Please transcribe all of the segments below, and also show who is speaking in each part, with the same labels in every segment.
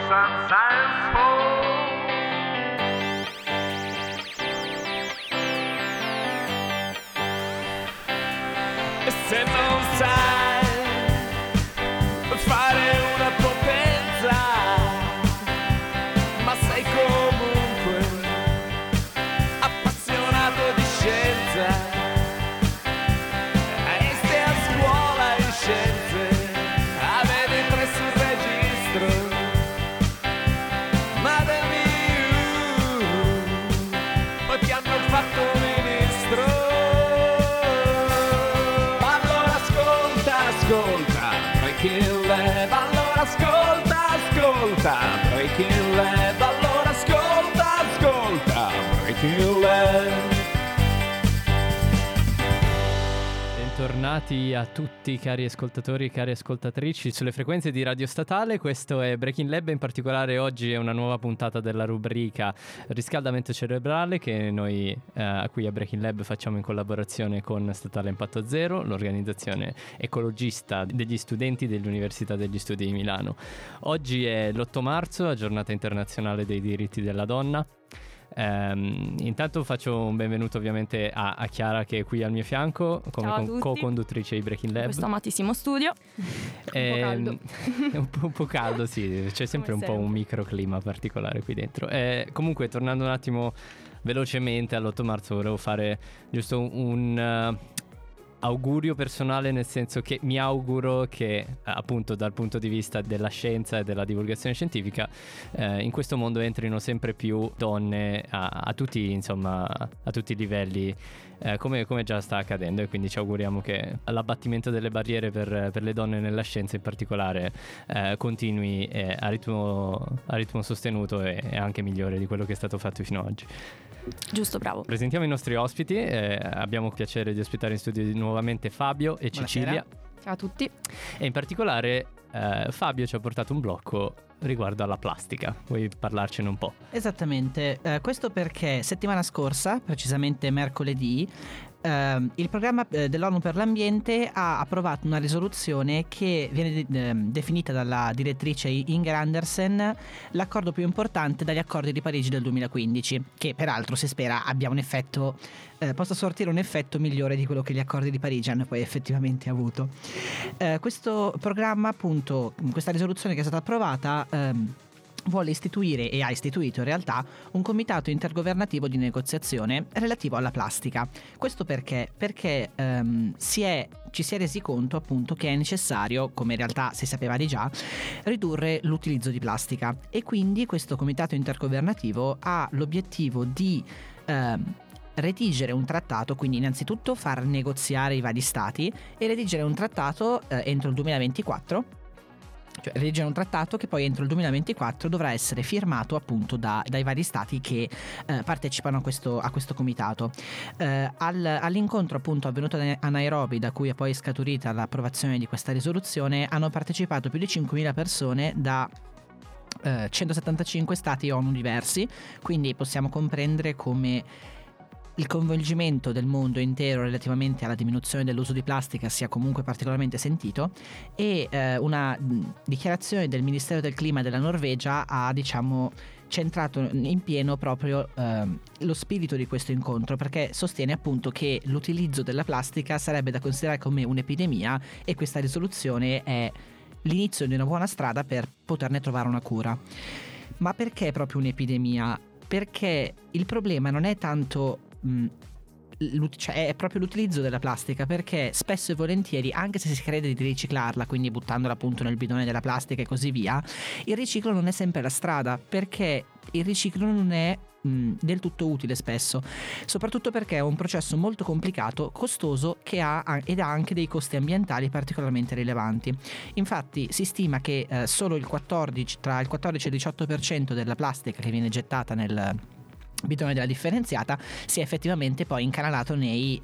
Speaker 1: some science for. Se non sai fare una potenza, ma sei comunque appassionato di scienza e stai a scuola in scienze, avevi 3 sul registro, ma poi ti hanno fatto ministro. Ascolta, Breaking Lab, allora ascolta, Breaking Lab, allora ascolta, Breaking Lab.
Speaker 2: Bentornati a tutti cari ascoltatori e cari ascoltatrici sulle frequenze di Radio Statale. Questo è Breaking Lab, in particolare oggi è una nuova puntata della rubrica Riscaldamento Cerebrale che noi qui a Breaking Lab facciamo in collaborazione con Statale Impatto Zero, l'organizzazione ecologista degli studenti dell'Università degli Studi di Milano. Oggi è l'8 marzo, la giornata internazionale dei diritti della donna. Intanto faccio un benvenuto ovviamente a Chiara, che è qui al mio fianco come co-conduttrice di Breaking Lab.
Speaker 3: Questo amatissimo studio.
Speaker 2: Un po' caldo, sì, c'è sempre un po' un microclima particolare qui dentro. Comunque, tornando un attimo velocemente all'8 marzo, volevo fare giusto un augurio personale, nel senso che mi auguro che appunto dal punto di vista della scienza e della divulgazione scientifica in questo mondo entrino sempre più donne a tutti, insomma, a tutti i livelli, come già sta accadendo, e quindi ci auguriamo che l'abbattimento delle barriere per le donne nella scienza in particolare continui a ritmo sostenuto e anche migliore di quello che è stato fatto fino ad oggi.
Speaker 3: Giusto, bravo.
Speaker 2: Presentiamo i nostri ospiti. Abbiamo il piacere di ospitare in studio nuovamente Fabio e Cecilia.
Speaker 3: Ciao a tutti.
Speaker 2: E in particolare Fabio ci ha portato un blocco riguardo alla plastica. Vuoi parlarcene un po'?
Speaker 4: Esattamente, questo perché settimana scorsa, precisamente mercoledì, il programma dell'ONU per l'ambiente ha approvato una risoluzione che viene definita dalla direttrice Inger Andersen l'accordo più importante dagli accordi di Parigi del 2015, che peraltro si spera abbia un effetto, possa sortire un effetto migliore di quello che gli accordi di Parigi hanno poi effettivamente avuto. Questo programma, appunto, questa risoluzione che è stata approvata vuole istituire, e ha istituito in realtà, un comitato intergovernativo di negoziazione relativo alla plastica. Questo perché ci si è resi conto appunto che è necessario, come in realtà si sapeva di già, ridurre l'utilizzo di plastica, e quindi questo comitato intergovernativo ha l'obiettivo di redigere un trattato, quindi innanzitutto far negoziare i vari stati e redigere un trattato entro il 2024. Cioè redigere un trattato che poi entro il 2024 dovrà essere firmato appunto dai vari stati che partecipano a questo comitato. All'incontro appunto avvenuto a Nairobi, da cui è poi scaturita l'approvazione di questa risoluzione, hanno partecipato più di 5.000 persone da 175 stati ONU diversi, quindi possiamo comprendere come il coinvolgimento del mondo intero relativamente alla diminuzione dell'uso di plastica sia comunque particolarmente sentito, e una dichiarazione del Ministero del Clima della Norvegia ha, diciamo, centrato in pieno proprio lo spirito di questo incontro, perché sostiene appunto che l'utilizzo della plastica sarebbe da considerare come un'epidemia, e questa risoluzione è l'inizio di una buona strada per poterne trovare una cura. Ma perché proprio un'epidemia? Perché il problema non è tanto è proprio l'utilizzo della plastica, perché spesso e volentieri, anche se si crede di riciclarla, quindi buttandola appunto nel bidone della plastica e così via, il riciclo non è sempre la strada, perché il riciclo non è del tutto utile spesso, soprattutto perché è un processo molto complicato, costoso, che ha anche dei costi ambientali particolarmente rilevanti. Infatti si stima che solo tra il 14 e il 18% della plastica che viene gettata bidone della differenziata sia effettivamente poi incanalato nel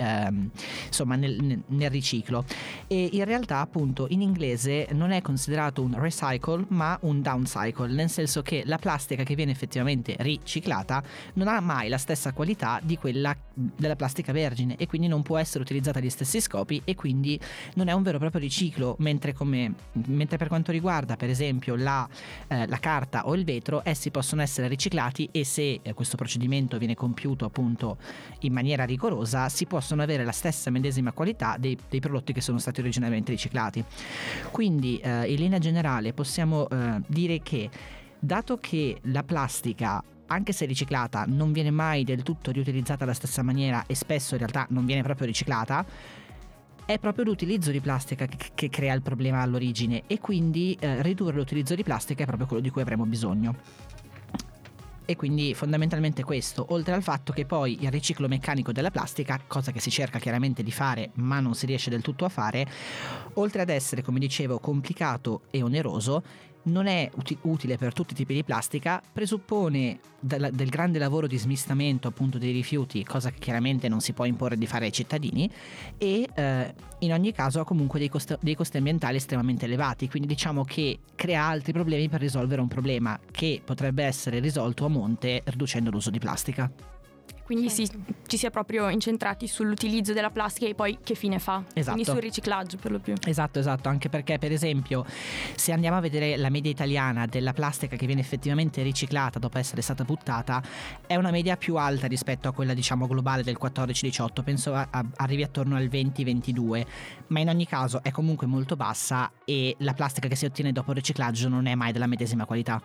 Speaker 4: riciclo. E in realtà appunto in inglese non è considerato un recycle ma un downcycle, nel senso che la plastica che viene effettivamente riciclata non ha mai la stessa qualità di quella della plastica vergine e quindi non può essere utilizzata agli stessi scopi e quindi non è un vero e proprio riciclo, mentre per quanto riguarda per esempio la carta o il vetro, essi possono essere riciclati e se questo procedimento viene compiuto appunto in maniera rigorosa, si possono avere la stessa medesima qualità dei prodotti che sono stati originariamente riciclati. Quindi in linea generale possiamo dire che, dato che la plastica, anche se riciclata, non viene mai del tutto riutilizzata alla stessa maniera e spesso in realtà non viene proprio riciclata, è proprio l'utilizzo di plastica che crea il problema all'origine e quindi ridurre l'utilizzo di plastica è proprio quello di cui avremo bisogno. E quindi fondamentalmente questo, oltre al fatto che poi il riciclo meccanico della plastica, cosa che si cerca chiaramente di fare ma non si riesce del tutto a fare, oltre ad essere, come dicevo, complicato e oneroso, non è utile per tutti i tipi di plastica, presuppone del grande lavoro di smistamento appunto dei rifiuti, cosa che chiaramente non si può imporre di fare ai cittadini, e in ogni caso ha comunque dei costi ambientali estremamente elevati, quindi diciamo che crea altri problemi per risolvere un problema che potrebbe essere risolto a monte riducendo l'uso di plastica.
Speaker 3: Quindi ci si è proprio incentrati sull'utilizzo della plastica e poi che fine fa.
Speaker 4: Esatto.
Speaker 3: Quindi sul riciclaggio per lo più.
Speaker 4: Esatto, anche perché per esempio se andiamo a vedere la media italiana della plastica che viene effettivamente riciclata dopo essere stata buttata, è una media più alta rispetto a quella diciamo globale del 14-18, penso arrivi attorno al 20-22, ma in ogni caso è comunque molto bassa e la plastica che si ottiene dopo il riciclaggio non è mai della medesima qualità.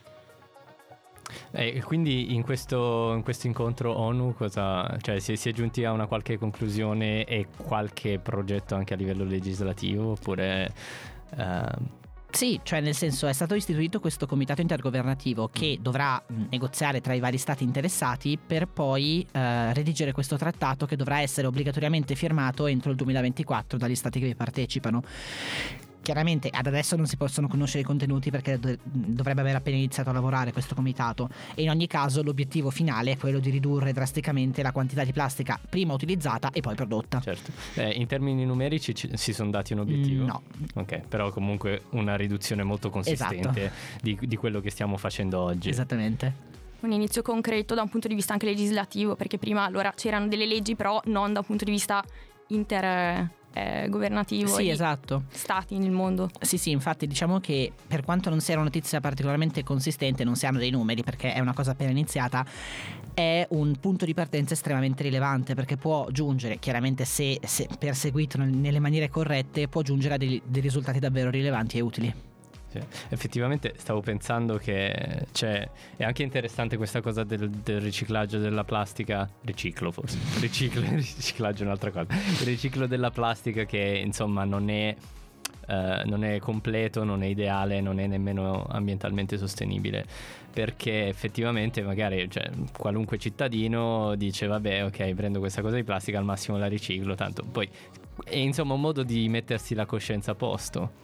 Speaker 2: Quindi in questo incontro ONU si è giunti a una qualche conclusione e qualche progetto anche a livello legislativo oppure
Speaker 4: Sì, cioè nel senso è stato istituito questo comitato intergovernativo che dovrà negoziare tra i vari stati interessati per poi redigere questo trattato che dovrà essere obbligatoriamente firmato entro il 2024 dagli stati che vi partecipano. Chiaramente ad adesso non si possono conoscere i contenuti perché dovrebbe aver appena iniziato a lavorare questo comitato e in ogni caso l'obiettivo finale è quello di ridurre drasticamente la quantità di plastica prima utilizzata e poi prodotta.
Speaker 2: Certo. In termini numerici si sono dati un obiettivo?
Speaker 4: No.
Speaker 2: Ok, però comunque una riduzione molto consistente
Speaker 4: esatto.
Speaker 2: di quello che stiamo facendo oggi.
Speaker 4: Esattamente.
Speaker 3: Un inizio concreto da un punto di vista anche legislativo, perché prima allora c'erano delle leggi però non da un punto di vista governativo.
Speaker 4: Sì, esatto.
Speaker 3: Stati nel mondo.
Speaker 4: Sì, infatti diciamo che per quanto non sia una notizia particolarmente consistente, non si hanno dei numeri perché è una cosa appena iniziata, è un punto di partenza estremamente rilevante perché può giungere, chiaramente se perseguito nelle maniere corrette, può giungere a dei risultati davvero rilevanti e utili.
Speaker 2: Sì. Effettivamente stavo pensando che è anche interessante questa cosa del riciclaggio della plastica. Riciclaggio è un'altra cosa. Il riciclo della plastica che insomma non è completo, non è ideale, non è nemmeno ambientalmente sostenibile, perché effettivamente magari qualunque cittadino dice vabbè, ok, prendo questa cosa di plastica, al massimo la riciclo, tanto poi è insomma un modo di mettersi la coscienza a posto.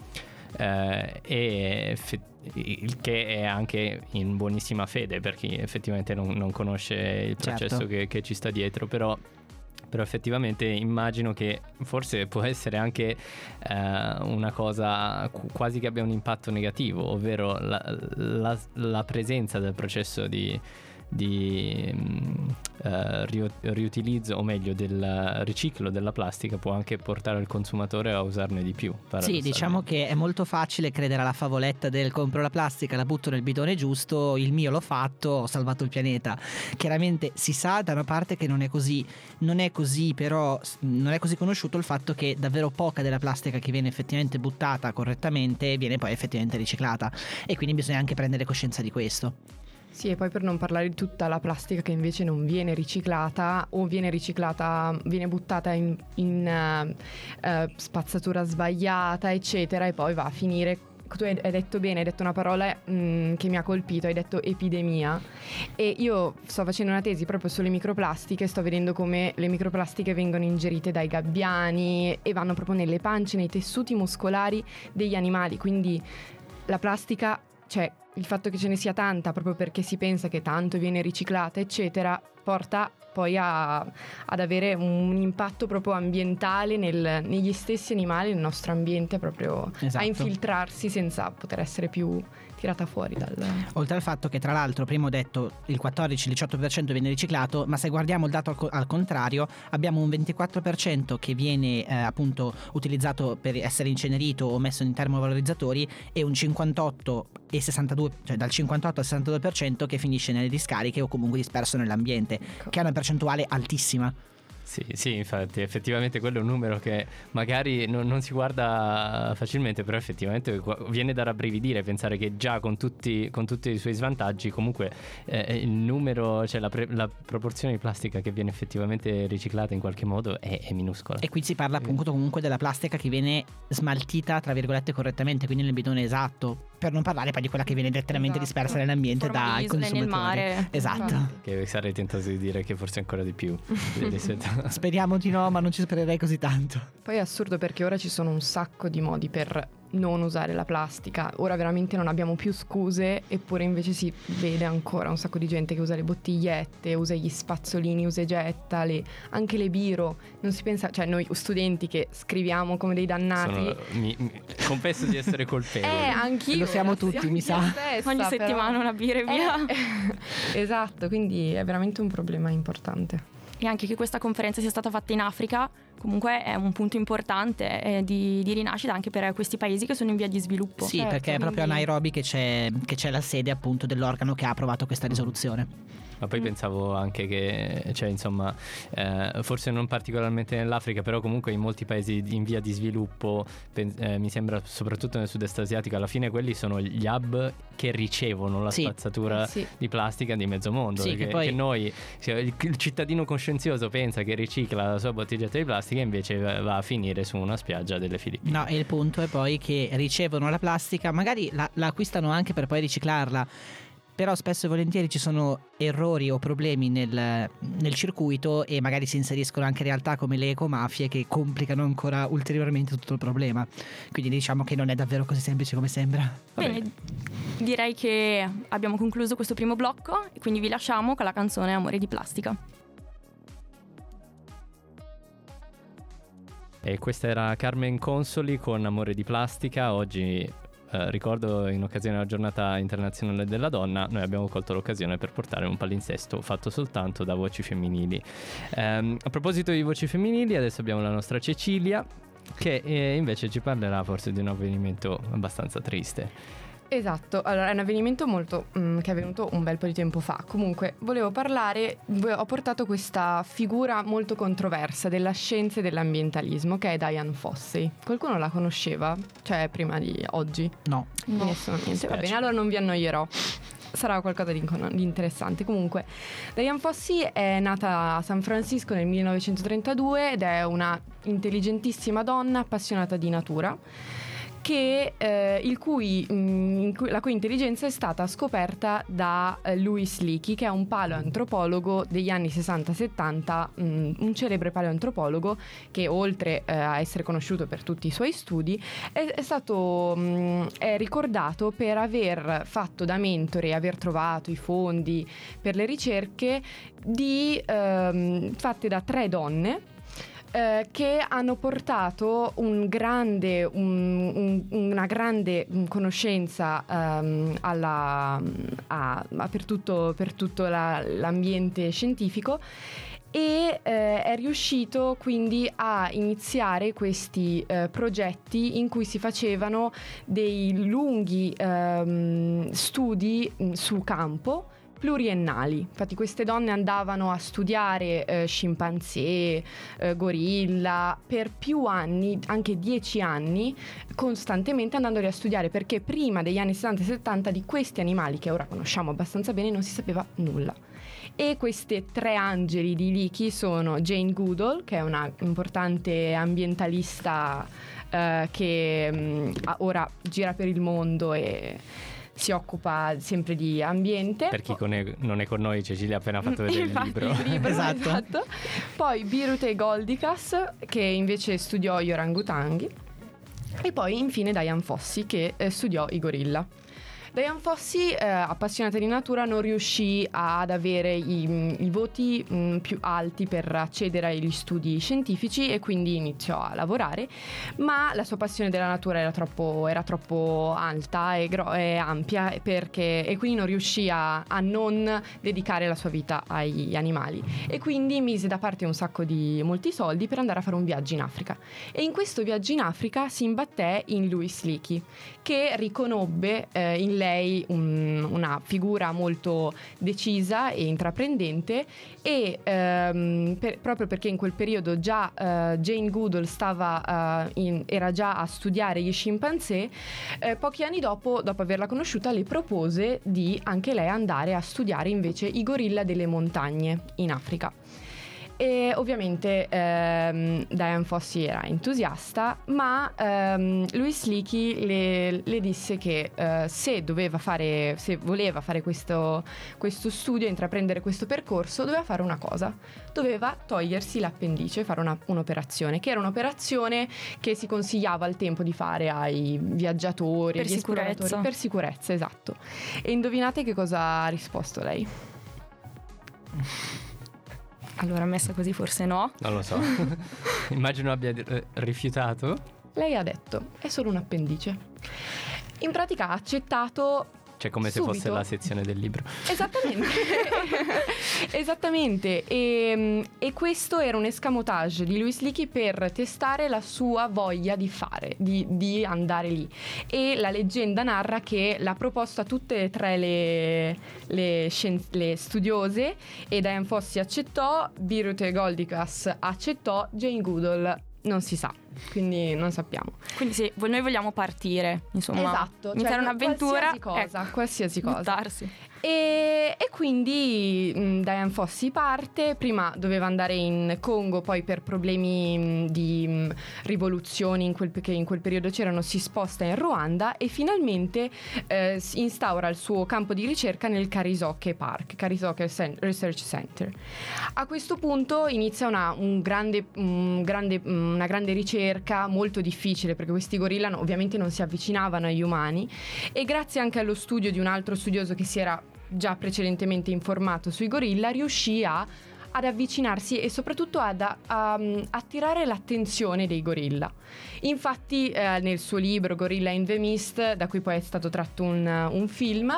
Speaker 2: Il che è anche in buonissima fede per chi effettivamente non conosce il processo che ci sta dietro, però effettivamente immagino che forse può essere anche una cosa quasi che abbia un impatto negativo, ovvero la presenza del processo di riutilizzo, o meglio del riciclo della plastica, può anche portare il consumatore a usarne di più.
Speaker 4: Sì, diciamo che è molto facile credere alla favoletta del compro la plastica, la butto nel bidone giusto, il mio l'ho fatto, ho salvato il pianeta. Chiaramente si sa da una parte che non è così, però non è così conosciuto il fatto che davvero poca della plastica che viene effettivamente buttata correttamente viene poi effettivamente riciclata e quindi bisogna anche prendere coscienza di questo.
Speaker 5: Sì, e poi per non parlare di tutta la plastica che invece non viene riciclata o viene buttata in spazzatura sbagliata, eccetera, e poi va a finire. Tu hai detto bene, hai detto una parola che mi ha colpito, hai detto epidemia, e io sto facendo una tesi proprio sulle microplastiche, sto vedendo come le microplastiche vengono ingerite dai gabbiani e vanno proprio nelle pance, nei tessuti muscolari degli animali, quindi la plastica, il fatto che ce ne sia tanta, proprio perché si pensa che tanto viene riciclata, eccetera, porta poi ad avere un impatto proprio ambientale negli stessi animali, nel nostro ambiente, proprio
Speaker 4: Esatto.
Speaker 5: a infiltrarsi senza poter essere più tirata fuori dal...
Speaker 4: Oltre al fatto che, tra l'altro, prima ho detto il 14-18% viene riciclato, ma se guardiamo il dato al contrario, abbiamo un 24% che viene appunto utilizzato per essere incenerito o messo in termovalorizzatori, e un 58 e 62, cioè dal 58 al 62% che finisce nelle discariche o comunque disperso nell'ambiente, che è una percentuale altissima.
Speaker 2: Sì, infatti effettivamente quello è un numero che magari non si guarda facilmente, però effettivamente viene da rabbrividire pensare che già con tutti i suoi svantaggi comunque il numero, cioè la proporzione di plastica che viene effettivamente riciclata in qualche modo è minuscola.
Speaker 4: E qui si parla appunto comunque della plastica che viene smaltita tra virgolette correttamente, quindi nel bidone esatto, per non parlare poi di quella che viene letteralmente dispersa nell'ambiente dai
Speaker 3: isole,
Speaker 4: consumatori.
Speaker 3: nel mare.
Speaker 4: Esatto.
Speaker 2: Che sarei tentato di dire che forse ancora di più.
Speaker 4: Speriamo di no, ma non ci spererei così tanto.
Speaker 5: Poi è assurdo perché ora ci sono un sacco di modi per non usare la plastica. Ora veramente non abbiamo più scuse, eppure invece si vede ancora un sacco di gente che usa le bottigliette, usa gli spazzolini, usa e getta, anche le biro. Non si pensa, cioè noi studenti che scriviamo come dei dannati.
Speaker 2: Confesso di essere colpevole.
Speaker 5: Anch'io.
Speaker 4: Lo siamo tutti, mi sa.
Speaker 3: Ogni settimana una birra e via.
Speaker 5: Esatto, quindi è veramente un problema importante.
Speaker 3: E anche che questa conferenza sia stata fatta in Africa comunque è un punto importante di rinascita anche per questi paesi che sono in via di sviluppo.
Speaker 4: Sì,
Speaker 5: Certo,
Speaker 4: perché è proprio a Nairobi che c'è la sede appunto dell'organo che ha approvato questa risoluzione.
Speaker 2: Ma poi pensavo anche che, cioè insomma, forse non particolarmente nell'Africa, però comunque in molti paesi in via di sviluppo, mi sembra soprattutto nel sud-est asiatico, alla fine quelli sono gli hub che ricevono la spazzatura di plastica di mezzo mondo.
Speaker 4: Sì,
Speaker 2: perché
Speaker 4: poi...
Speaker 2: che noi, il cittadino coscienzioso pensa che ricicla la sua bottiglietta di plastica e invece va a finire su una spiaggia delle Filippine.
Speaker 4: No, e il punto è poi che ricevono la plastica, magari la acquistano anche per poi riciclarla, però spesso e volentieri ci sono errori o problemi nel circuito e magari si inseriscono anche realtà come le ecomafie che complicano ancora ulteriormente tutto il problema. Quindi diciamo che non è davvero così semplice come sembra.
Speaker 3: Bene, direi che abbiamo concluso questo primo blocco e quindi vi lasciamo con la canzone Amore di plastica.
Speaker 2: E questa era Carmen Consoli con Amore di plastica. Oggi ricordo, in occasione della giornata internazionale della donna, noi abbiamo colto l'occasione per portare un palinsesto fatto soltanto da voci femminili. A proposito di voci femminili, adesso abbiamo la nostra Cecilia che invece ci parlerà forse di un avvenimento abbastanza triste.
Speaker 5: Esatto, allora è un avvenimento molto che è avvenuto un bel po' di tempo fa. Comunque volevo parlare, ho portato questa figura molto controversa della scienza e dell'ambientalismo, che è Dian Fossey. Qualcuno la conosceva? Cioè prima di oggi?
Speaker 4: No.
Speaker 5: Nessuno, niente. Va bene, allora non vi annoierò. Sarà qualcosa di interessante. Comunque Dian Fossey è nata a San Francisco nel 1932 ed è una intelligentissima donna appassionata di natura, che la cui intelligenza è stata scoperta da Louis Leakey, che è un paleoantropologo degli anni 60-70, un celebre paleoantropologo che oltre a essere conosciuto per tutti i suoi studi è ricordato per aver fatto da mentore e aver trovato i fondi per le ricerche fatte da 3 donne che hanno portato una grande conoscenza per tutto l'ambiente scientifico, e è riuscito quindi a iniziare questi progetti in cui si facevano dei lunghi studi sul campo pluriennali. Infatti queste donne andavano a studiare scimpanzé, gorilla per più anni, anche 10 anni, costantemente andandoli a studiare, perché prima degli anni 60 e 70 di questi animali che ora conosciamo abbastanza bene non si sapeva nulla. E queste 3 angeli di Leakey sono Jane Goodall, che è una importante ambientalista che ora gira per il mondo e si occupa sempre di ambiente.
Speaker 2: Per chi non è con noi, Cecilia ha appena fatto vedere il libro.
Speaker 4: Esatto.
Speaker 5: Poi Birute Goldicas, che invece studiò gli orangutanghi, e poi infine Dian Fossey, che studiò i gorilla. Dian Fossey, appassionata di natura, non riuscì ad avere i voti più alti per accedere agli studi scientifici e quindi iniziò a lavorare, ma la sua passione della natura era troppo alta e ampia e quindi non riuscì a non dedicare la sua vita agli animali, e quindi mise da parte molti soldi per andare a fare un viaggio in Africa. E in questo viaggio in Africa si imbatté in Louise Leakey, che riconobbe in lei una figura molto decisa e intraprendente, e proprio perché in quel periodo già Jane Goodall era già a studiare gli scimpanzé, pochi anni dopo averla conosciuta, le propose di anche lei andare a studiare invece i gorilla delle montagne in Africa. E ovviamente Dian Fossey era entusiasta, ma Louise Leakey le disse che se voleva fare questo studio, intraprendere questo percorso, doveva fare una cosa: doveva togliersi l'appendice, fare un'operazione, che era un'operazione che si consigliava al tempo di fare ai viaggiatori, agli esploratori, per sicurezza, esatto. E indovinate che cosa ha risposto lei?
Speaker 3: Allora, messa così forse no.
Speaker 2: Non lo so. Immagino abbia rifiutato.
Speaker 5: Lei ha detto: è solo un appendice. In pratica ha accettato.
Speaker 2: Cioè, come
Speaker 5: subito.
Speaker 2: se fosse la sezione del libro.
Speaker 5: Esattamente. Esattamente. E questo era un escamotage di Louise Leakey per testare la sua voglia di andare lì. E la leggenda narra che l'ha proposto a tutte e tre le studiose, e Dian Fossey accettò, Birute Goldicas accettò, Jane Goodall non si sa, quindi non sappiamo.
Speaker 3: Quindi sì, noi vogliamo partire, insomma.
Speaker 5: Esatto,
Speaker 3: iniziare un'avventura,
Speaker 5: qualsiasi cosa.
Speaker 3: Buttarsi.
Speaker 5: E quindi Dian Fossey parte. Prima doveva andare in Congo, poi per problemi di rivoluzioni che in quel periodo c'erano, si sposta in Ruanda e finalmente instaura il suo campo di ricerca nel Karizoke Research Center. A questo punto inizia una grande ricerca molto difficile, perché questi gorilla ovviamente non si avvicinavano agli umani, e grazie anche allo studio di un altro studioso che si era già precedentemente informato sui gorilla, riuscì ad avvicinarsi e soprattutto ad attirare l'attenzione dei gorilla. Infatti nel suo libro Gorilla in the Mist, da cui poi è stato tratto un film,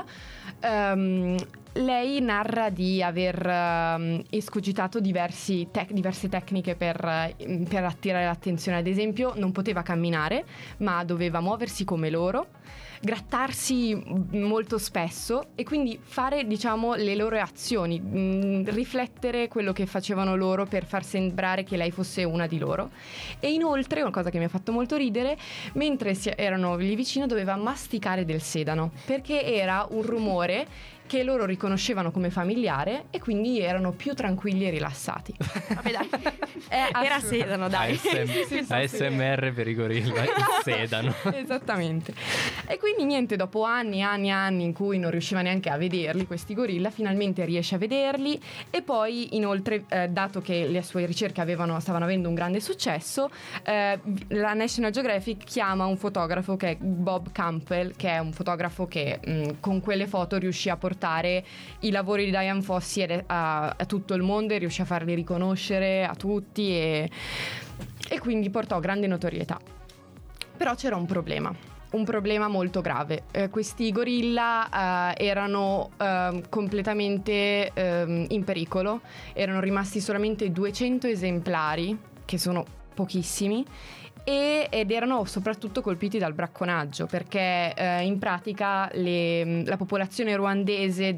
Speaker 5: lei narra di aver escogitato diverse tecniche per attirare l'attenzione. Ad esempio, non poteva camminare, ma doveva muoversi come loro, grattarsi molto spesso e quindi fare, diciamo, le loro azioni, riflettere quello che facevano loro per far sembrare che lei fosse una di loro. E inoltre, una cosa che mi ha fatto molto ridere, mentre erano lì vicino doveva masticare del sedano, perché era un rumore che loro riconoscevano come familiare e quindi erano più tranquilli e rilassati.
Speaker 3: Vabbè, dai. Era sedano, dai.
Speaker 2: ASMR per i gorilla, il sedano.
Speaker 5: Esattamente. E quindi niente, dopo anni in cui non riusciva neanche a vederli questi gorilla, finalmente riesce a vederli. E poi inoltre, dato che le sue ricerche stavano avendo un grande successo, la National Geographic chiama un fotografo che è Bob Campbell, che è un fotografo che con quelle foto riuscì a portare i lavori di Dian Fossey a tutto il mondo e riuscì a farli riconoscere a tutti, e quindi portò grande notorietà. Però c'era un problema molto grave. Questi gorilla erano completamente in pericolo. Erano rimasti solamente 200 esemplari, che sono pochissimi, ed erano soprattutto colpiti dal bracconaggio, perché in pratica la popolazione ruandese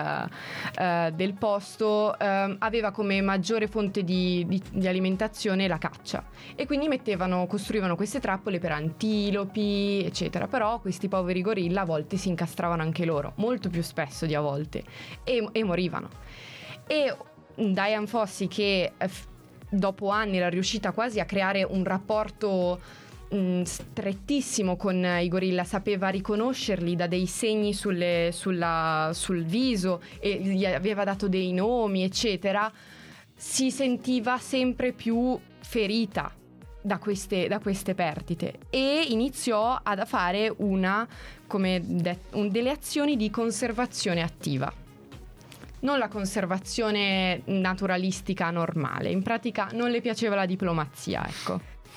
Speaker 5: del posto aveva come maggiore fonte di alimentazione la caccia, e quindi costruivano queste trappole per antilopi eccetera. Però questi poveri gorilla a volte si incastravano anche loro, molto più spesso di a volte, e morivano. E Dian Fossey, che dopo anni era riuscita quasi a creare un rapporto strettissimo con i gorilla, sapeva riconoscerli da dei segni sul viso e gli aveva dato dei nomi eccetera, si sentiva sempre più ferita da queste perdite e iniziò a fare delle azioni di conservazione attiva. Non la conservazione naturalistica normale. In pratica non le piaceva la diplomazia, ecco.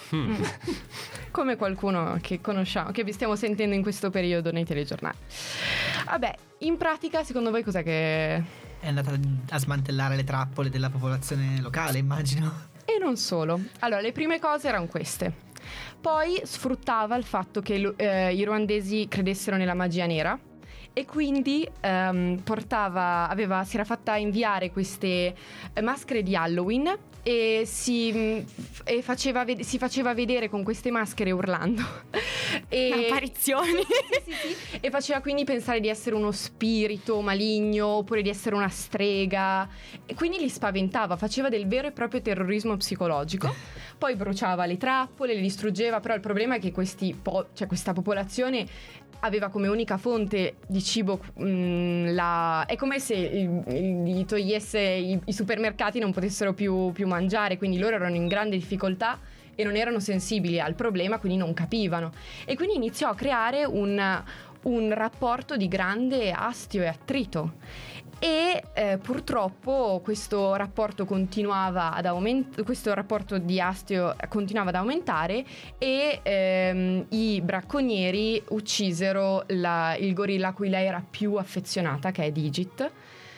Speaker 5: Come qualcuno che conosciamo, che vi stiamo sentendo in questo periodo nei telegiornali. Vabbè, in pratica, secondo voi cos'è che...
Speaker 4: È andata a smantellare le trappole della popolazione locale, immagino.
Speaker 5: E non solo. Allora, le prime cose erano queste. Poi sfruttava il fatto che i ruandesi credessero nella magia nera e quindi si era fatta inviare queste maschere di Halloween e si faceva vedere con queste maschere urlando.
Speaker 3: Apparizioni.
Speaker 5: Sì. E faceva quindi pensare di essere uno spirito maligno oppure di essere una strega, e quindi li spaventava, faceva del vero e proprio terrorismo psicologico. Poi bruciava le trappole, le distruggeva, però il problema è che questa popolazione aveva come unica fonte di cibo è come se gli togliesse i supermercati, non potessero più mangiare, quindi loro erano in grande difficoltà e non erano sensibili al problema, quindi non capivano, e quindi iniziò a creare un rapporto di grande astio e attrito. E purtroppo questo rapporto questo rapporto di astio continuava ad aumentare e i bracconieri uccisero il gorilla a cui lei era più affezionata, che è Digit,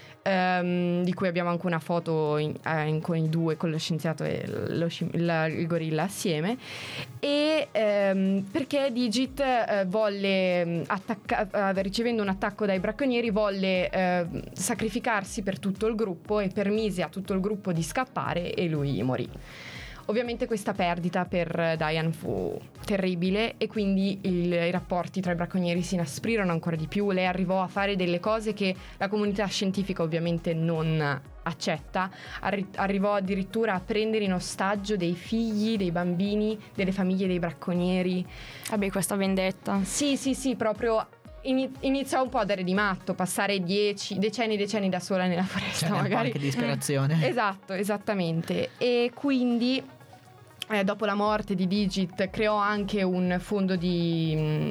Speaker 5: di cui abbiamo anche una foto con i due, con lo scienziato e il gorilla assieme, e perché Digit volle ricevendo un attacco dai bracconieri, volle sacrificarsi per tutto il gruppo e permise a tutto il gruppo di scappare e lui morì. Ovviamente questa perdita per Diane fu terribile e quindi i rapporti tra i bracconieri si inasprirono ancora di più. Lei arrivò a fare delle cose che la comunità scientifica ovviamente non accetta. Arrivò addirittura a prendere in ostaggio dei figli, dei bambini, delle famiglie dei bracconieri.
Speaker 3: Vabbè, questa vendetta.
Speaker 5: Sì, proprio... iniziò un po' a dare di matto, passare decenni da sola nella foresta, magari.
Speaker 4: Un po' anche disperazione.
Speaker 5: Esatto, esattamente. E quindi dopo la morte di Digit creò anche un fondo di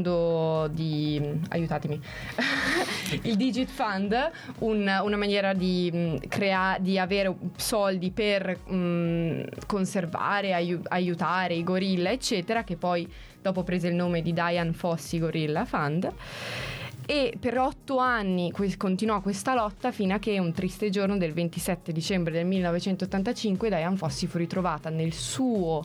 Speaker 5: aiutatemi il Digit Fund, una maniera di avere soldi per conservare, aiutare i gorilla, eccetera, che poi dopo prese il nome di Diane Fossey Gorilla Fund. E per 8 anni continuò questa lotta fino a che un triste giorno del 27 dicembre del 1985 Diane Fossey fu ritrovata nella sua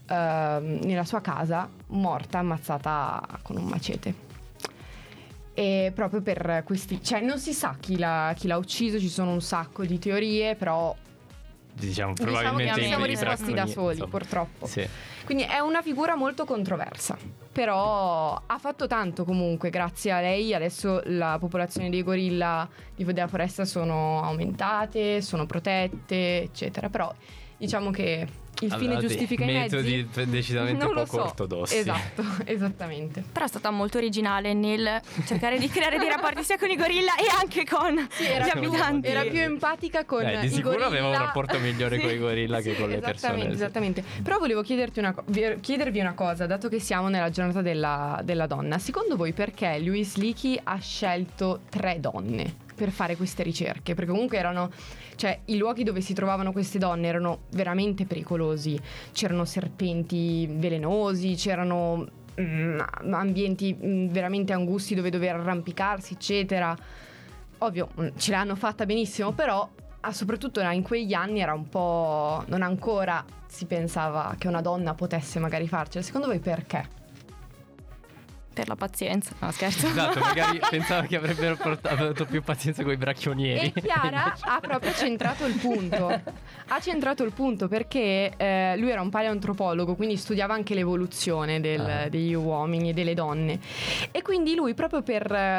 Speaker 5: casa, morta, ammazzata con un macete. E proprio per non si sa chi l'ha ucciso, ci sono un sacco di teorie, però
Speaker 2: probabilmente
Speaker 5: che siamo
Speaker 2: i
Speaker 5: risposti da soli,
Speaker 2: insomma.
Speaker 5: purtroppo.
Speaker 2: Sì.
Speaker 5: Quindi è una figura molto controversa, però ha fatto tanto comunque. Grazie a lei adesso la popolazione dei gorilla della foresta sono aumentate, sono protette, eccetera. Però diciamo che il fine giustifica i mezzi.
Speaker 2: Metodi decisamente poco ortodossi.
Speaker 5: Esatto, esattamente.
Speaker 3: Però è stata molto originale nel cercare di creare dei rapporti sia con i gorilla e anche con gli abitanti.
Speaker 5: Era più empatica con i gorilla.
Speaker 2: Di sicuro aveva un rapporto migliore con i gorilla che con le persone.
Speaker 5: Esattamente. Però volevo chiedervi una cosa, dato che siamo nella giornata della donna. Secondo voi perché Louise Leakey ha scelto 3 donne per fare queste ricerche? Perché comunque i luoghi dove si trovavano queste donne erano veramente pericolosi. C'erano serpenti velenosi, c'erano ambienti veramente angusti dove dover arrampicarsi, eccetera. Ovvio, ce l'hanno fatta benissimo, però soprattutto in quegli anni era un po'... non ancora si pensava che una donna potesse magari farcela. Secondo voi perché?
Speaker 3: Per la pazienza, no scherzo.
Speaker 2: Esatto, magari pensavo che avrebbero avuto più pazienza con i bracchionieri.
Speaker 5: E Chiara ha proprio centrato il punto. Ha centrato il punto perché lui era un paleoantropologo, quindi studiava anche l'evoluzione degli uomini e delle donne. E quindi lui proprio per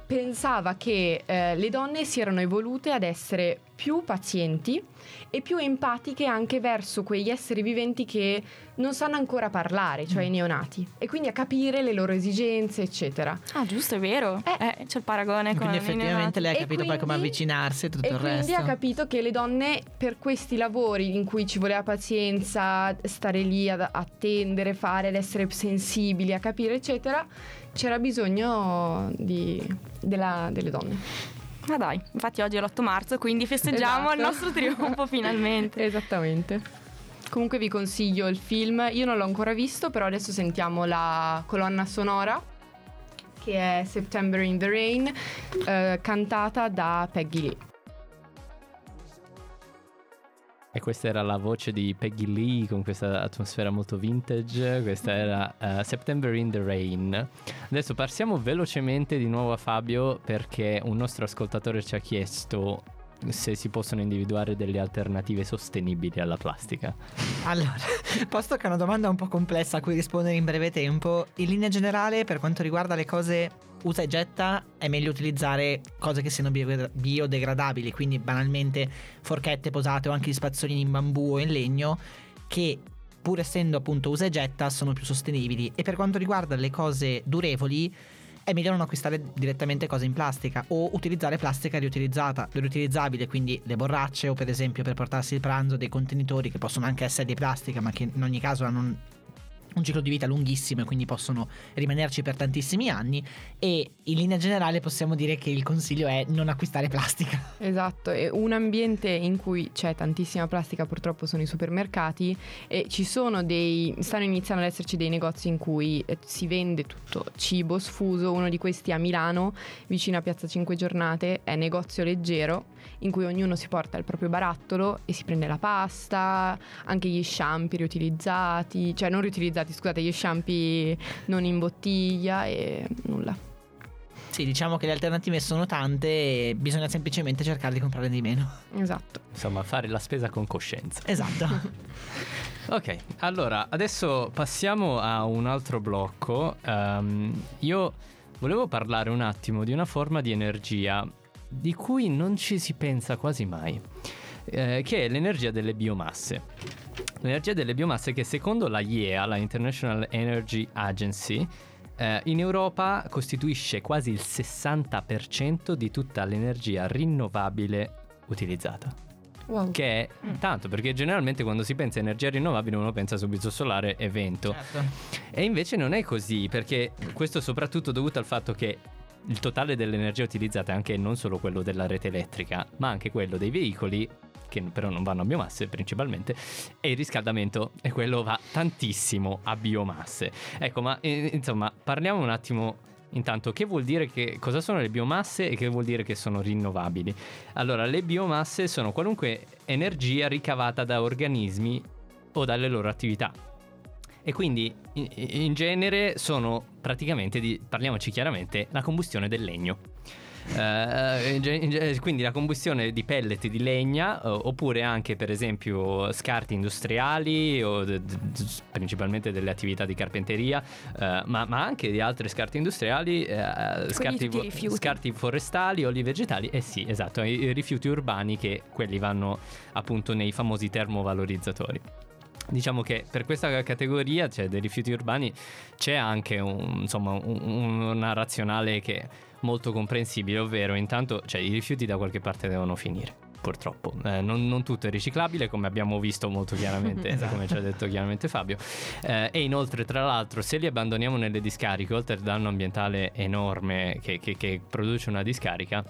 Speaker 5: pensava che le donne si erano evolute ad essere più pazienti e più empatiche anche verso quegli esseri viventi che non sanno ancora parlare, cioè i neonati, e quindi a capire le loro esigenze, eccetera.
Speaker 3: Ah, giusto, è vero. C'è il paragone con
Speaker 4: Quindi
Speaker 3: i
Speaker 4: effettivamente
Speaker 3: neonati.
Speaker 4: lei ha
Speaker 5: E
Speaker 4: capito poi come
Speaker 5: quindi-
Speaker 4: avvicinarsi e tutto il
Speaker 5: E quindi
Speaker 4: resto.
Speaker 5: ha capito che le donne, per questi lavori in cui ci voleva pazienza, stare lì ad attendere, fare, ad essere sensibili, a capire, eccetera, c'era bisogno delle donne.
Speaker 3: Ma dai, infatti oggi è l'8 marzo, quindi festeggiamo
Speaker 5: Esatto.
Speaker 3: il nostro trionfo finalmente.
Speaker 5: Esattamente. Comunque vi consiglio il film, io non l'ho ancora visto, però adesso sentiamo la colonna sonora, che è September in the Rain, cantata da Peggy Lee.
Speaker 2: E questa era la voce di Peggy Lee con questa atmosfera molto vintage. Questa era September in the Rain. Adesso passiamo velocemente di nuovo a Fabio, perché un nostro ascoltatore ci ha chiesto se si possono individuare delle alternative sostenibili alla plastica.
Speaker 4: Allora, posto che è una domanda un po' complessa a cui rispondere in breve tempo, in linea generale, per quanto riguarda le cose usa e getta, è meglio utilizzare cose che siano biodegradabili, quindi banalmente forchette, posate o anche gli spazzolini in bambù o in legno, che pur essendo appunto usa e getta sono più sostenibili. E per quanto riguarda le cose durevoli, è meglio non acquistare direttamente cose in plastica o utilizzare plastica riutilizzabile, quindi le borracce o per esempio per portarsi il pranzo dei contenitori che possono anche essere di plastica ma che in ogni caso hanno un ciclo di vita lunghissimo e quindi possono rimanerci per tantissimi anni. E in linea generale possiamo dire che il consiglio è non acquistare plastica.
Speaker 5: Esatto, e un ambiente in cui c'è tantissima plastica purtroppo sono i supermercati, e stanno iniziando ad esserci dei negozi in cui si vende tutto cibo sfuso. Uno di questi a Milano, vicino a Piazza Cinque Giornate, è Negozio Leggero, in cui ognuno si porta il proprio barattolo e si prende la pasta, anche gli shampoo riutilizzati, cioè non riutilizzati, scusate, gli shampoo non in bottiglia e nulla.
Speaker 4: Sì, diciamo che le alternative sono tante e bisogna semplicemente cercare di comprare di meno.
Speaker 5: Esatto.
Speaker 2: Insomma, fare la spesa con coscienza.
Speaker 4: Esatto.
Speaker 2: Ok, allora adesso passiamo a un altro blocco. Io volevo parlare un attimo di una forma di energia di cui non ci si pensa quasi mai, che è l'energia delle biomasse. L'energia delle biomasse che secondo la IEA, la International Energy Agency, in Europa costituisce quasi il 60% di tutta l'energia rinnovabile utilizzata.
Speaker 5: Wow.
Speaker 2: Che è tanto, perché generalmente quando si pensa a energia rinnovabile uno pensa subito solare e vento.
Speaker 4: Certo.
Speaker 2: E invece non è così, perché questo è soprattutto dovuto al fatto che il totale dell'energia utilizzata è anche non solo quello della rete elettrica, ma anche quello dei veicoli, che però non vanno a biomasse principalmente, e il riscaldamento, e quello va tantissimo a biomasse. Ecco, ma insomma, parliamo un attimo intanto che vuol dire, cosa sono le biomasse e che vuol dire che sono rinnovabili. Allora, le biomasse sono qualunque energia ricavata da organismi o dalle loro attività. E quindi in genere sono praticamente, parliamoci chiaramente, la combustione del legno. Quindi la combustione di pellet di legna, oppure anche per esempio scarti industriali o principalmente delle attività di carpenteria, ma anche di altre scarti industriali, scarti forestali, oli vegetali, sì, esatto, i rifiuti urbani, che quelli vanno appunto nei famosi termovalorizzatori. Diciamo che per questa categoria, cioè dei rifiuti urbani, c'è anche una razionale che è molto comprensibile, ovvero intanto, cioè, i rifiuti da qualche parte devono finire, purtroppo. Non tutto è riciclabile, come abbiamo visto molto chiaramente, esatto, come ci ha detto chiaramente Fabio. E inoltre, tra l'altro, se li abbandoniamo nelle discariche, oltre al danno ambientale enorme che produce una discarica,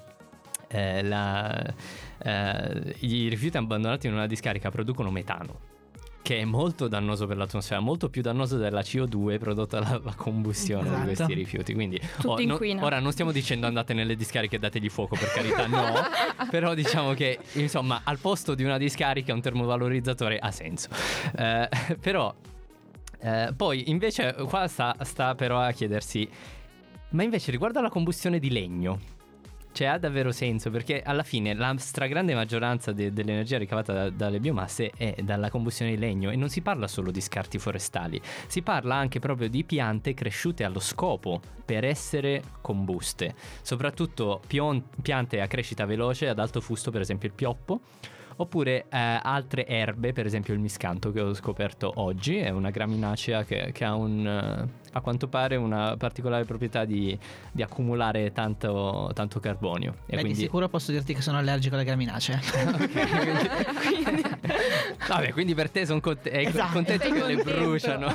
Speaker 2: i rifiuti abbandonati in una discarica producono metano, che è molto dannoso per l'atmosfera, molto più dannoso della CO2 prodotta dalla combustione, esatto, di questi rifiuti. Quindi ora non stiamo dicendo andate nelle discariche e dategli fuoco, per carità, no. Però diciamo che insomma al posto di una discarica un termovalorizzatore ha senso. Però poi invece qua sta però a chiedersi, ma invece riguardo alla combustione di legno, Cioè ha davvero senso, perché alla fine la stragrande maggioranza dell'energia ricavata dalle biomasse è dalla combustione di legno, e non si parla solo di scarti forestali, si parla anche proprio di piante cresciute allo scopo per essere combuste, soprattutto piante a crescita veloce ad alto fusto, per esempio il pioppo, oppure altre erbe, per esempio il miscanto che ho scoperto oggi, è una graminacea che ha a quanto pare una particolare proprietà di accumulare tanto carbonio. E
Speaker 4: quindi di sicuro posso dirti che sono allergico alle graminacee.
Speaker 2: Quindi per te sono
Speaker 4: esatto,
Speaker 2: contento che le bruciano.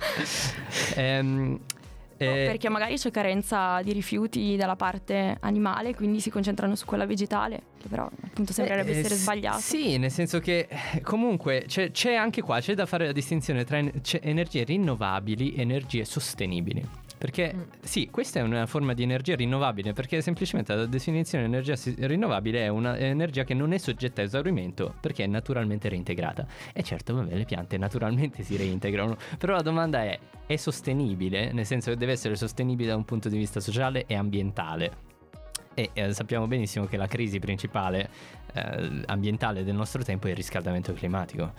Speaker 3: Perché magari c'è carenza di rifiuti dalla parte animale, quindi si concentrano su quella vegetale, che però appunto sembrerebbe essere sbagliato.
Speaker 2: Sì, nel senso che comunque c'è anche qua, c'è da fare la distinzione tra energie rinnovabili e energie sostenibili. Perché sì, questa è una forma di energia rinnovabile, perché semplicemente la definizione di energia rinnovabile è un'energia che non è soggetta a esaurimento, perché è naturalmente reintegrata. E certo, vabbè, le piante naturalmente si reintegrano, però la domanda è sostenibile? Nel senso che deve essere sostenibile da un punto di vista sociale e ambientale. E sappiamo benissimo che la crisi principale ambientale del nostro tempo è il riscaldamento climatico.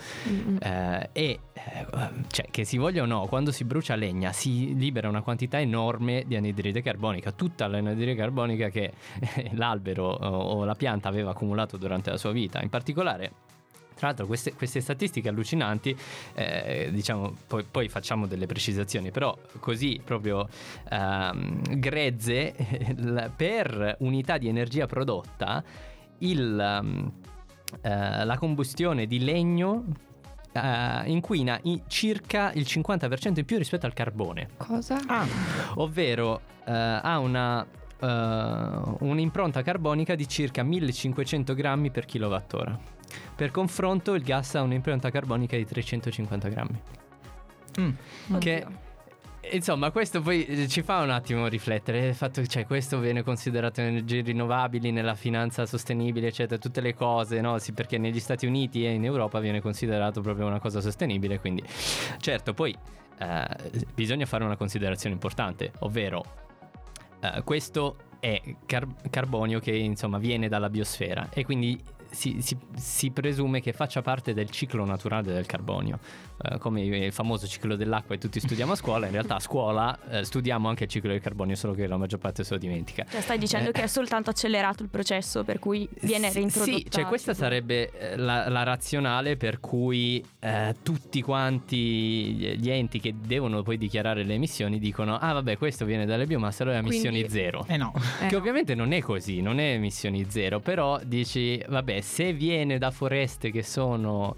Speaker 2: Cioè, che si voglia o no, quando si brucia legna si libera una quantità enorme di anidride carbonica, tutta l'anidride carbonica che l'albero o la pianta aveva accumulato durante la sua vita. In particolare, tra l'altro, queste statistiche allucinanti, diciamo, poi facciamo delle precisazioni, però così proprio grezze, per unità di energia prodotta, la combustione di legno inquina circa il 50% in più rispetto al carbone.
Speaker 5: Cosa?
Speaker 2: Ovvero ha un'impronta carbonica di circa 1500 grammi per kilowattora. Per confronto, il gas ha un'impronta carbonica di 350 grammi. Che, insomma, questo poi ci fa un attimo riflettere. Il fatto che, cioè, questo viene considerato energie rinnovabili nella finanza sostenibile, eccetera, tutte le cose, no? Sì, perché negli Stati Uniti e in Europa viene considerato proprio una cosa sostenibile. Quindi, certo, poi bisogna fare una considerazione importante, ovvero questo è carbonio che, insomma, viene dalla biosfera, e quindi si presume che faccia parte del ciclo naturale del carbonio, come il famoso ciclo dell'acqua che tutti studiamo a scuola. In realtà a scuola studiamo anche il ciclo del carbonio, solo che la maggior parte se lo dimentica.
Speaker 3: Cioè stai dicendo che è soltanto accelerato il processo, per cui viene reintrodotto.
Speaker 2: Sì, cioè questa sarebbe la razionale per cui tutti quanti gli enti che devono poi dichiarare le emissioni dicono: ah vabbè, questo viene dalle biomasse, allora emissioni zero.
Speaker 4: No.
Speaker 2: Che ovviamente non è così, non è emissioni zero, però dici vabbè, se viene da foreste che sono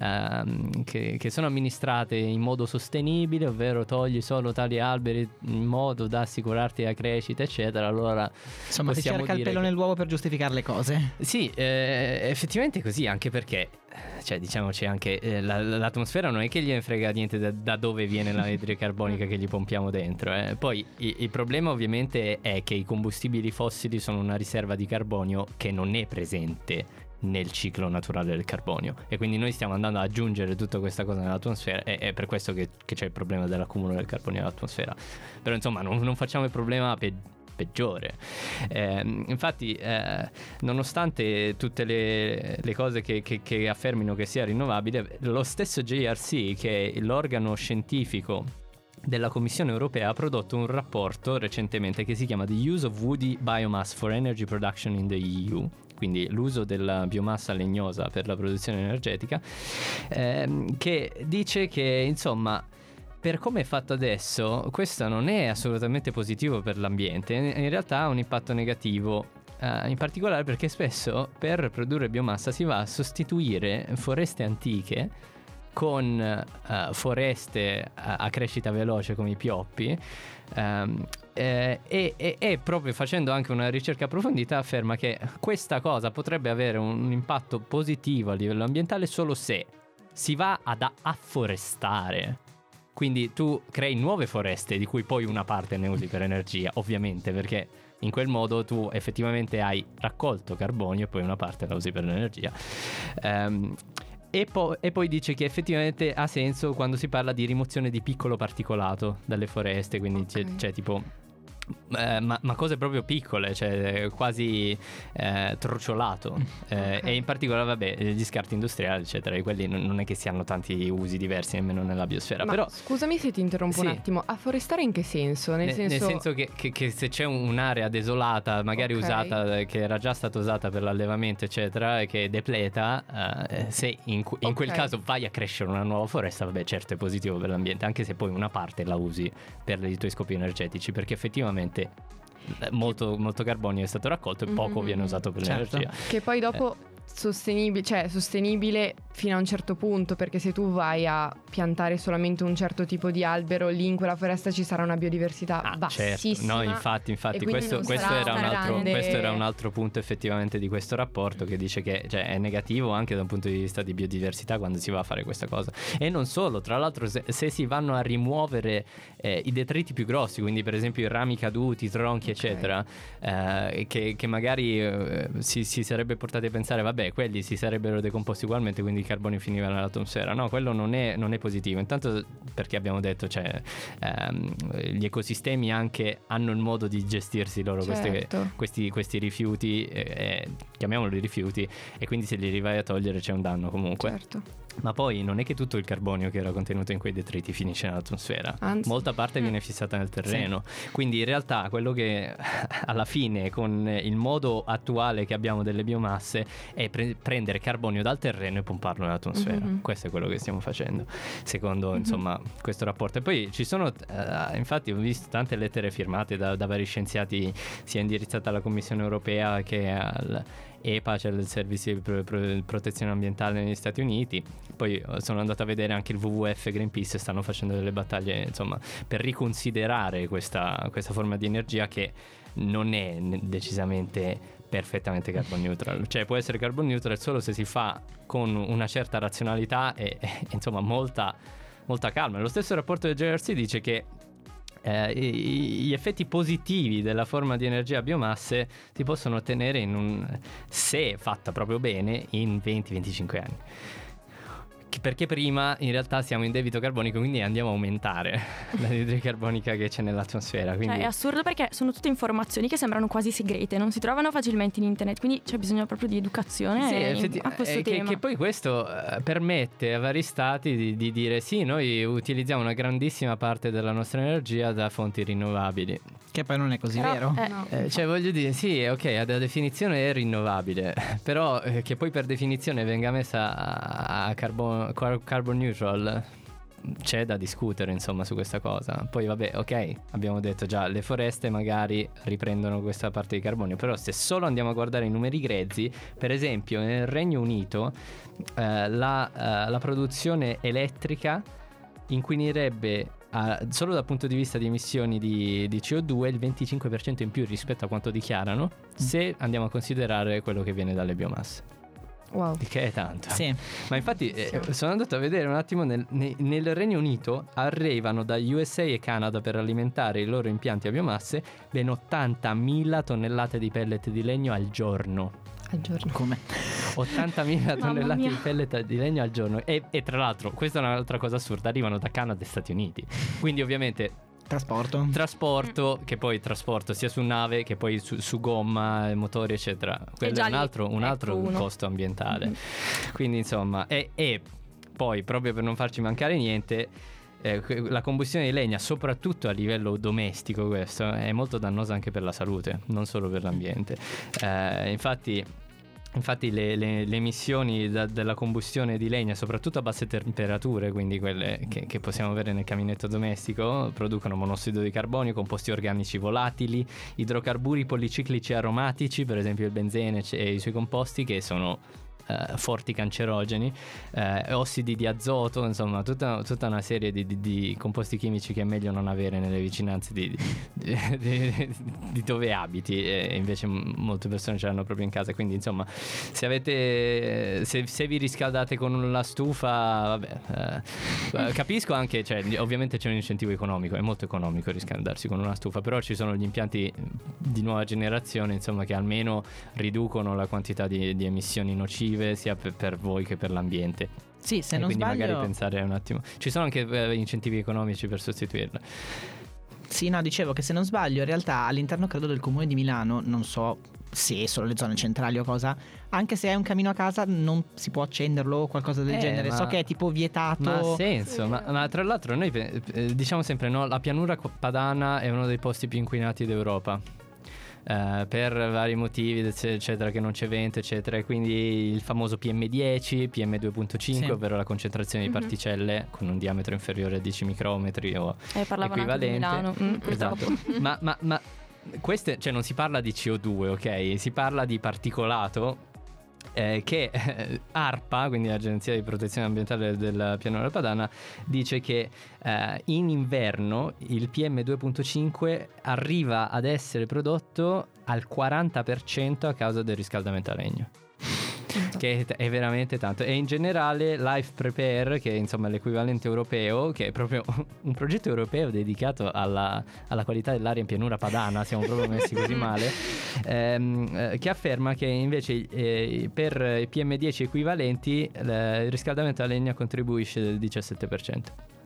Speaker 2: che sono amministrate in modo sostenibile, ovvero togli solo tali alberi in modo da assicurarti la crescita, eccetera, allora
Speaker 4: insomma si cerca il pelo nell'uovo per giustificare le cose.
Speaker 2: Sì, effettivamente è così, anche perché, cioè, diciamoci anche, l'atmosfera non è che gliene frega niente da dove viene l'anidride carbonica che gli pompiamo dentro. Poi il problema ovviamente è che i combustibili fossili sono una riserva di carbonio che non è presente nel ciclo naturale del carbonio, e quindi noi stiamo andando ad aggiungere tutta questa cosa nell'atmosfera, e è per questo che c'è il problema dell'accumulo del carbonio nell'atmosfera. Però insomma non facciamo il problema peggiore. Infatti nonostante tutte le cose che affermino che sia rinnovabile, lo stesso JRC, che è l'organo scientifico della Commissione Europea, ha prodotto un rapporto recentemente che si chiama The Use of Woody Biomass for Energy Production in the EU, quindi l'uso della biomassa legnosa per la produzione energetica, che dice che, insomma, per come è fatto adesso, questo non è assolutamente positivo per l'ambiente, in realtà ha un impatto negativo, in particolare perché spesso per produrre biomassa si va a sostituire foreste antiche con foreste a crescita veloce come i pioppi, e proprio facendo anche una ricerca approfondita afferma che questa cosa potrebbe avere un impatto positivo a livello ambientale solo se si va ad afforestare. Quindi tu crei nuove foreste di cui poi una parte ne usi per energia, ovviamente, perché in quel modo tu effettivamente hai raccolto carbonio e poi una parte la usi per l'energia. E poi dice che effettivamente ha senso quando si parla di rimozione di piccolo particolato dalle foreste, quindi c'è tipo ma cose proprio piccole, cioè quasi truciolato. E in particolare, vabbè, gli scarti industriali, eccetera, e quelli non è che si hanno tanti usi diversi nemmeno nella biosfera.
Speaker 5: Ma
Speaker 2: però
Speaker 5: scusami se ti interrompo un attimo, afforestare in che senso? Nel
Speaker 2: senso che se c'è un'area desolata, magari usata, che era già stata usata per l'allevamento, eccetera, e che depleta, se in quel caso vai a crescere una nuova foresta, vabbè, certo è positivo per l'ambiente, anche se poi una parte la usi per i tuoi scopi energetici, perché effettivamente molto carbonio è stato raccolto e poco viene usato per l'energia.
Speaker 5: Che poi dopo sostenibile fino a un certo punto, perché se tu vai a piantare solamente un certo tipo di albero, lì in quella foresta ci sarà una biodiversità bassissima.
Speaker 2: Certo. No, infatti questo era un altro punto effettivamente di questo rapporto, che dice che è negativo anche da un punto di vista di biodiversità quando si va a fare questa cosa. E non solo, tra l'altro, se si vanno a rimuovere i detriti più grossi, quindi per esempio i rami caduti, i tronchi, eccetera, che magari si sarebbe portati a pensare, vabbè, quelli si sarebbero decomposti ugualmente, quindi il carbonio finiva nell'atmosfera. No, quello non è positivo. Intanto perché abbiamo detto, gli ecosistemi anche hanno il modo di gestirsi loro, questi rifiuti, chiamiamoli rifiuti, e quindi se li vai a togliere c'è un danno comunque.
Speaker 5: Certo.
Speaker 2: Ma poi non è che tutto il carbonio che era contenuto in quei detriti finisce nell'atmosfera.
Speaker 5: Anzi,
Speaker 2: molta parte viene fissata nel terreno. Quindi in realtà quello che alla fine, con il modo attuale che abbiamo delle biomasse, è prendere carbonio dal terreno e pomparlo nell'atmosfera. Questo è quello che stiamo facendo, secondo insomma questo rapporto. E poi ci sono infatti ho visto tante lettere firmate da vari scienziati, sia indirizzate alla Commissione Europea che al EPA, cioè il Servizio di Protezione Ambientale negli Stati Uniti. Poi sono andato a vedere anche il WWF e Greenpeace, stanno facendo delle battaglie, insomma, per riconsiderare questa forma di energia che non è decisamente perfettamente carbon neutral. Cioè può essere carbon neutral solo se si fa con una certa razionalità e insomma molta calma. Lo stesso rapporto del JRC dice che gli effetti positivi della forma di energia a biomasse si possono ottenere se fatta proprio bene, in 20-25 anni. Perché prima in realtà siamo in debito carbonico, quindi andiamo a aumentare l'anidride carbonica che c'è nell'atmosfera. Quindi...
Speaker 3: è assurdo, perché sono tutte informazioni che sembrano quasi segrete, non si trovano facilmente in internet, quindi c'è bisogno proprio di educazione a questo tema.
Speaker 2: Che poi questo permette a vari stati di dire sì, noi utilizziamo una grandissima parte della nostra energia da fonti rinnovabili.
Speaker 4: Che poi non è così vero.
Speaker 5: No.
Speaker 2: Cioè voglio dire, sì, ok, da definizione è rinnovabile, però che poi per definizione venga messa a carbon neutral, c'è da discutere insomma su questa cosa. Poi vabbè, ok, abbiamo detto già, le foreste magari riprendono questa parte di carbonio, però se solo andiamo a guardare i numeri grezzi, per esempio nel Regno Unito la produzione elettrica inquinerebbe solo dal punto di vista di emissioni di CO2 il 25% in più rispetto a quanto dichiarano, se andiamo a considerare quello che viene dalle biomasse.
Speaker 5: Wow.
Speaker 2: Che è tanto.
Speaker 4: Sì.
Speaker 2: Ma infatti sono andato a vedere un attimo nel Regno Unito arrivano da USA e Canada per alimentare i loro impianti a biomasse ben 80.000 tonnellate di pellet di legno al giorno.
Speaker 5: Al giorno.
Speaker 4: Come?
Speaker 2: 80.000 tonnellate di pellet di legno al giorno. E tra l'altro, questa è un'altra cosa assurda, arrivano da Canada e Stati Uniti. Quindi ovviamente trasporto, che poi trasporto sia su nave che poi su gomma, motori eccetera, quello è un altro costo ambientale. Quindi insomma e poi, proprio per non farci mancare niente, la combustione di legna, soprattutto a livello domestico, questo è molto dannosa anche per la salute, non solo per l'ambiente. Infatti le emissioni della combustione di legna, soprattutto a basse temperature, quindi quelle che possiamo avere nel caminetto domestico, producono monossido di carbonio, composti organici volatili, idrocarburi policiclici aromatici, per esempio il benzene e i suoi composti, che sono forti cancerogeni, ossidi di azoto, insomma tutta una serie di composti chimici che è meglio non avere nelle vicinanze di dove abiti, e invece molte persone ce l'hanno proprio in casa. Quindi insomma se vi riscaldate con la stufa, vabbè, capisco anche, cioè ovviamente c'è un incentivo economico, è molto economico riscaldarsi con una stufa, però ci sono gli impianti di nuova generazione, insomma, che almeno riducono la quantità di emissioni nocive sia per voi che per l'ambiente.
Speaker 4: Sì, se
Speaker 2: e
Speaker 4: non
Speaker 2: quindi
Speaker 4: sbaglio,
Speaker 2: magari pensare un attimo, ci sono anche incentivi economici per sostituirla.
Speaker 4: Sì, no, dicevo che se non sbaglio in realtà all'interno credo del comune di Milano, non so se solo le zone centrali o cosa, anche se hai un camino a casa non si può accenderlo o qualcosa del genere. So che è tipo vietato.
Speaker 2: Ma ha senso, ma tra l'altro noi diciamo sempre, no, la pianura padana è uno dei posti più inquinati d'Europa. Per vari motivi eccetera, che non c'è vento eccetera, e quindi il famoso PM10, PM2.5
Speaker 4: Sì.
Speaker 2: ovvero la concentrazione di particelle con un diametro inferiore a 10 micrometri o
Speaker 3: parlavano anche di
Speaker 2: equivalente.
Speaker 3: Milano, purtroppo.
Speaker 2: Esatto. ma queste, cioè non si parla di CO2, ok? Si parla di particolato che ARPA, quindi l'Agenzia di Protezione Ambientale della Pianura Padana, dice che in inverno il PM2.5 arriva ad essere prodotto al 40% a causa del riscaldamento a legno. Che è veramente tanto. E in generale Life Prepare, che è insomma l'equivalente europeo, che è proprio un progetto europeo dedicato alla qualità dell'aria in pianura padana, siamo proprio messi così male, che afferma che invece per i PM10 equivalenti il riscaldamento a legna contribuisce del 17%,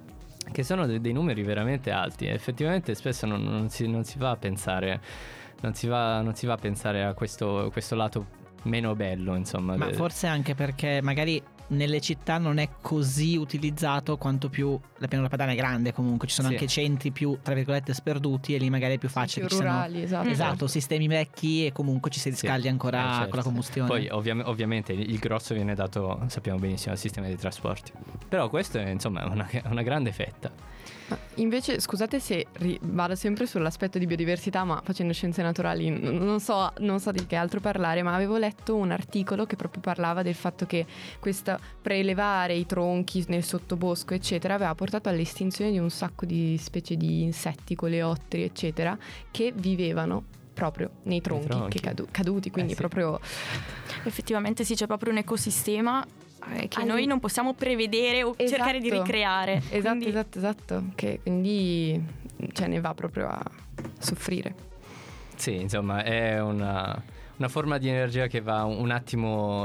Speaker 2: che sono dei numeri veramente alti. Effettivamente spesso non si va a pensare, non si va a pensare a questo lato meno bello, insomma.
Speaker 4: Ma forse anche perché magari nelle città non è così utilizzato quanto più la pianura padana è grande, comunque ci sono anche centri più tra virgolette sperduti e lì magari è più facile
Speaker 5: più
Speaker 4: che
Speaker 5: rurali,
Speaker 4: ci siano, esatto, sistemi vecchi e comunque ci si riscaldi ancora
Speaker 2: certo,
Speaker 4: con la combustione.
Speaker 2: Poi ovviamente il grosso viene dato, sappiamo benissimo, al sistema dei trasporti, però questo è insomma una grande fetta.
Speaker 5: Invece, scusate se vado sempre sull'aspetto di biodiversità, ma facendo scienze naturali non so di che altro parlare, ma avevo letto un articolo che proprio parlava del fatto che questo prelevare i tronchi nel sottobosco eccetera aveva portato all'estinzione di un sacco di specie di insetti, coleotteri eccetera, che vivevano proprio nei tronchi. Che caduti, quindi proprio
Speaker 3: effettivamente sì, c'è proprio un ecosistema che noi non possiamo prevedere o cercare di ricreare.
Speaker 5: Esatto, che quindi ne va proprio a soffrire.
Speaker 2: Sì, insomma è una forma di energia che va un attimo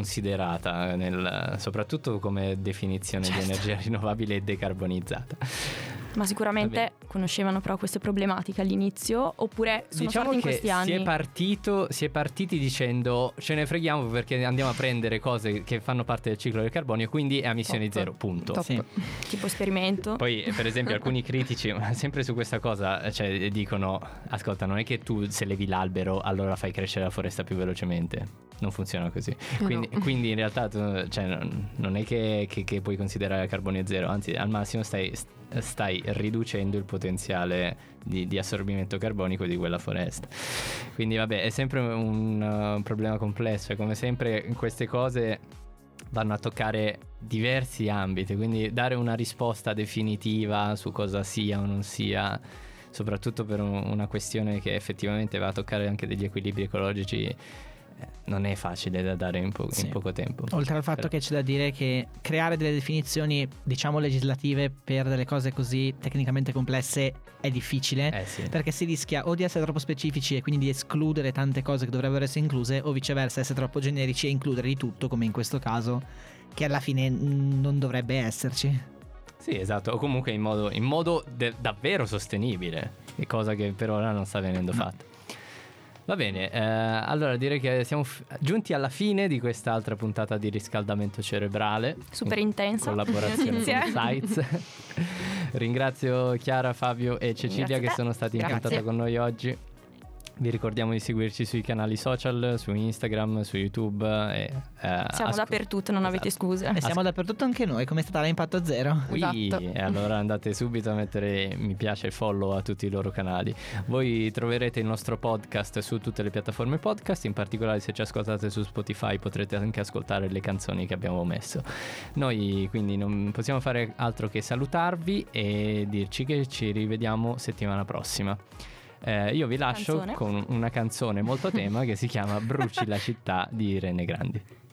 Speaker 2: riconsiderata soprattutto come definizione di energia rinnovabile e decarbonizzata.
Speaker 3: Ma sicuramente conoscevano però queste problematiche all'inizio, oppure sono sorti in questi anni?
Speaker 2: Si è partiti dicendo ce ne freghiamo perché andiamo a prendere cose che fanno parte del ciclo del carbonio, quindi è emissioni zero, punto.
Speaker 4: Sì.
Speaker 3: Tipo esperimento.
Speaker 2: Poi per esempio alcuni critici sempre su questa cosa dicono ascolta, non è che tu se levi l'albero allora fai crescere la foresta più velocemente, non funziona così. Quindi in realtà non è che puoi considerare carbonio zero, anzi al massimo stai riducendo il potenziale di assorbimento carbonico di quella foresta. Quindi vabbè, è sempre un problema complesso e come sempre queste cose vanno a toccare diversi ambiti, quindi dare una risposta definitiva su cosa sia o non sia, soprattutto per una questione che effettivamente va a toccare anche degli equilibri ecologici, non è facile da dare in poco tempo.
Speaker 4: Oltre al fatto che c'è da dire che creare delle definizioni diciamo legislative per delle cose così tecnicamente complesse è difficile, perché si rischia o di essere troppo specifici e quindi di escludere tante cose che dovrebbero essere incluse, o viceversa essere troppo generici e includere di tutto, come in questo caso, che alla fine non dovrebbe esserci. Sì,
Speaker 2: esatto, o comunque in modo davvero sostenibile, cosa che per ora non sta venendo fatta. Va bene, allora direi che siamo giunti alla fine di quest'altra puntata di riscaldamento cerebrale.
Speaker 3: Super intensa.
Speaker 2: Collaborazione con Sites. Ringrazio Chiara, Fabio e Cecilia che sono stati in puntata con noi oggi. Vi ricordiamo di seguirci sui canali social, su Instagram, su YouTube.
Speaker 3: Siamo dappertutto, non avete scuse.
Speaker 4: E siamo dappertutto anche noi, come Statale Impatto Zero.
Speaker 2: Esatto. E allora andate subito a mettere mi piace e follow a tutti i loro canali. Voi troverete il nostro podcast su tutte le piattaforme podcast, in particolare se ci ascoltate su Spotify potrete anche ascoltare le canzoni che abbiamo messo. Noi quindi non possiamo fare altro che salutarvi e dirci che ci rivediamo settimana prossima. Io vi lascio con una canzone molto tema che si chiama Bruci la città di Irene Grandi.